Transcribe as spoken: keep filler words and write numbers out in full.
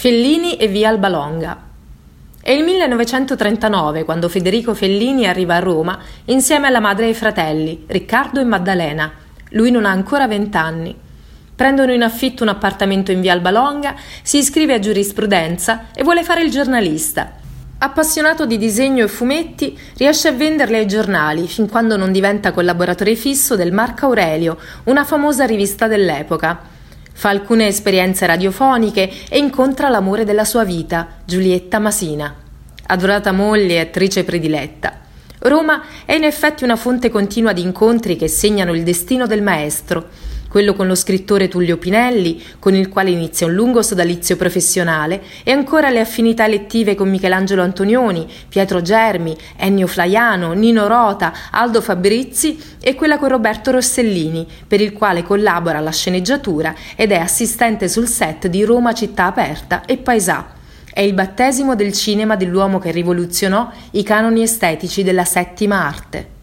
Fellini e via Albalonga. È il millenovecentotrentanove quando Federico Fellini arriva a Roma insieme alla madre e ai fratelli, Riccardo e Maddalena. Lui non ha ancora vent'anni. Prendono in affitto un appartamento in via Albalonga, si iscrive a giurisprudenza e vuole fare il giornalista. Appassionato di disegno e fumetti, riesce a venderli ai giornali fin quando non diventa collaboratore fisso del Marco Aurelio, una famosa rivista dell'epoca. Fa alcune esperienze radiofoniche e incontra l'amore della sua vita, Giulietta Masina. Adorata moglie e attrice prediletta. Roma è in effetti una fonte continua di incontri che segnano il destino del maestro, quello con lo scrittore Tullio Pinelli, con il quale inizia un lungo sodalizio professionale, e ancora le affinità elettive con Michelangelo Antonioni, Pietro Germi, Ennio Flaiano, Nino Rota, Aldo Fabrizi e quella con Roberto Rossellini, per il quale collabora alla sceneggiatura ed è assistente sul set di Roma città aperta e Paesà. È il battesimo del cinema dell'uomo che rivoluzionò i canoni estetici della settima arte.